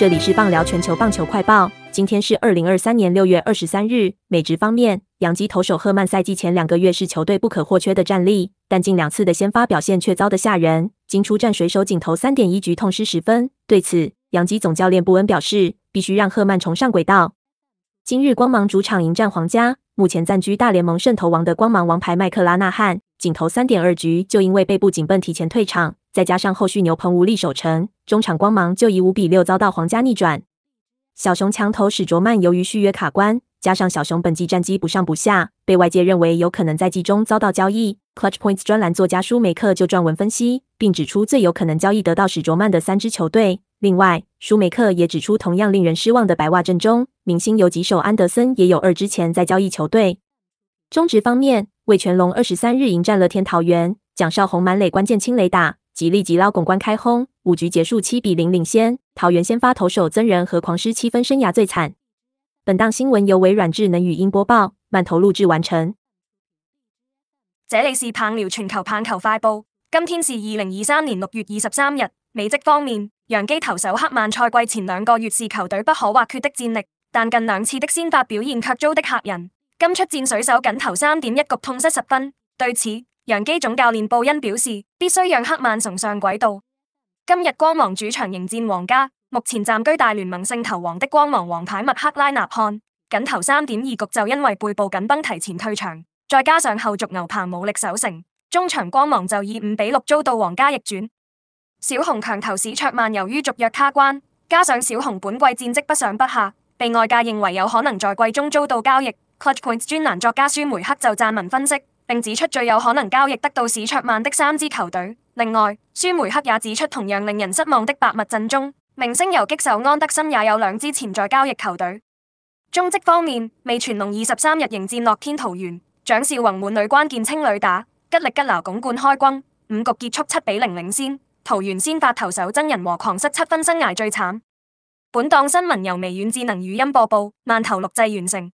这里是棒聊全球棒球快报，今天是2023年6月23日。美职方面，洋基投手赫曼赛季前2个月是球队不可或缺的战力，但近2次的先发表现却糟得吓人。经出战水手仅投 3.1 局痛失10分，对此，洋基总教练布恩表示，必须让赫曼重上轨道。今日光芒主场迎战皇家，目前暂居大联盟胜投王的光芒王牌麦克拉纳汉，仅投 3.2 局就因为背部紧绷提前退场，再加上后续牛棚无力守成，中场光芒就以5-6遭到皇家逆转。小熊强投史卓曼由于续约卡关，加上小熊本季战绩不上不下，被外界认为有可能在季中遭到交易。Clutch Points 专栏作家舒梅克就撰文分析，并指出最有可能交易得到史卓曼的3支球队。另外，舒梅克也指出，同样令人失望的白袜阵中，明星游击手安德森也有2支潜在交易球队。中职方面，味全龙23日迎战乐天桃园，蒋少红满垒关键清垒打，吉利吉捞拱关开轰，5局结束7-0领先。桃园先发投手曾仁和狂失7分，生涯最惨。本档新闻由微软智能语音播报，慢投录制完成。 這裡是棒聊全球棒球快報，今天是2023年6月23日。美職方面，洋基投手赫曼賽季前2個月是球隊不可或缺的戰力，但近2次的先發表現卻遭的嚇人。今出戰水手僅投 3.1 局痛失10分，對此，洋基總教練布恩表示，必須讓赫曼重上軌道。今日光芒主場迎戰皇家，目前暫居大聯盟勝投王的光芒王牌麥克拉納漢，僅投 3.2 局就因為背部緊繃提前退場，再加上後續牛棚無力守成，中場光芒就以5-6遭到皇家逆轉。小熊強投史卓曼由於續約卡關，加上小熊本季戰績不上不下，被外界認為有可能在季中遭到交易。Clutch Points 專欄作家舒梅克就撰文分析，並指出最有可能交易得到史卓曼的3支球隊。另外，舒梅克也指出同樣令人失望的白襪陣中，明星游擊手安德森也有2支潛在交易球隊。中職方面，味全龍23日迎戰樂天桃猿，蔣少宏滿壘關鍵清壘打，吉力吉撈拱冠開轟，5局結束7-0領先。桃園先發投手曾仁和狂失7分，生涯最慘。本檔新聞由微軟智能語音播報，慢投錄製完成。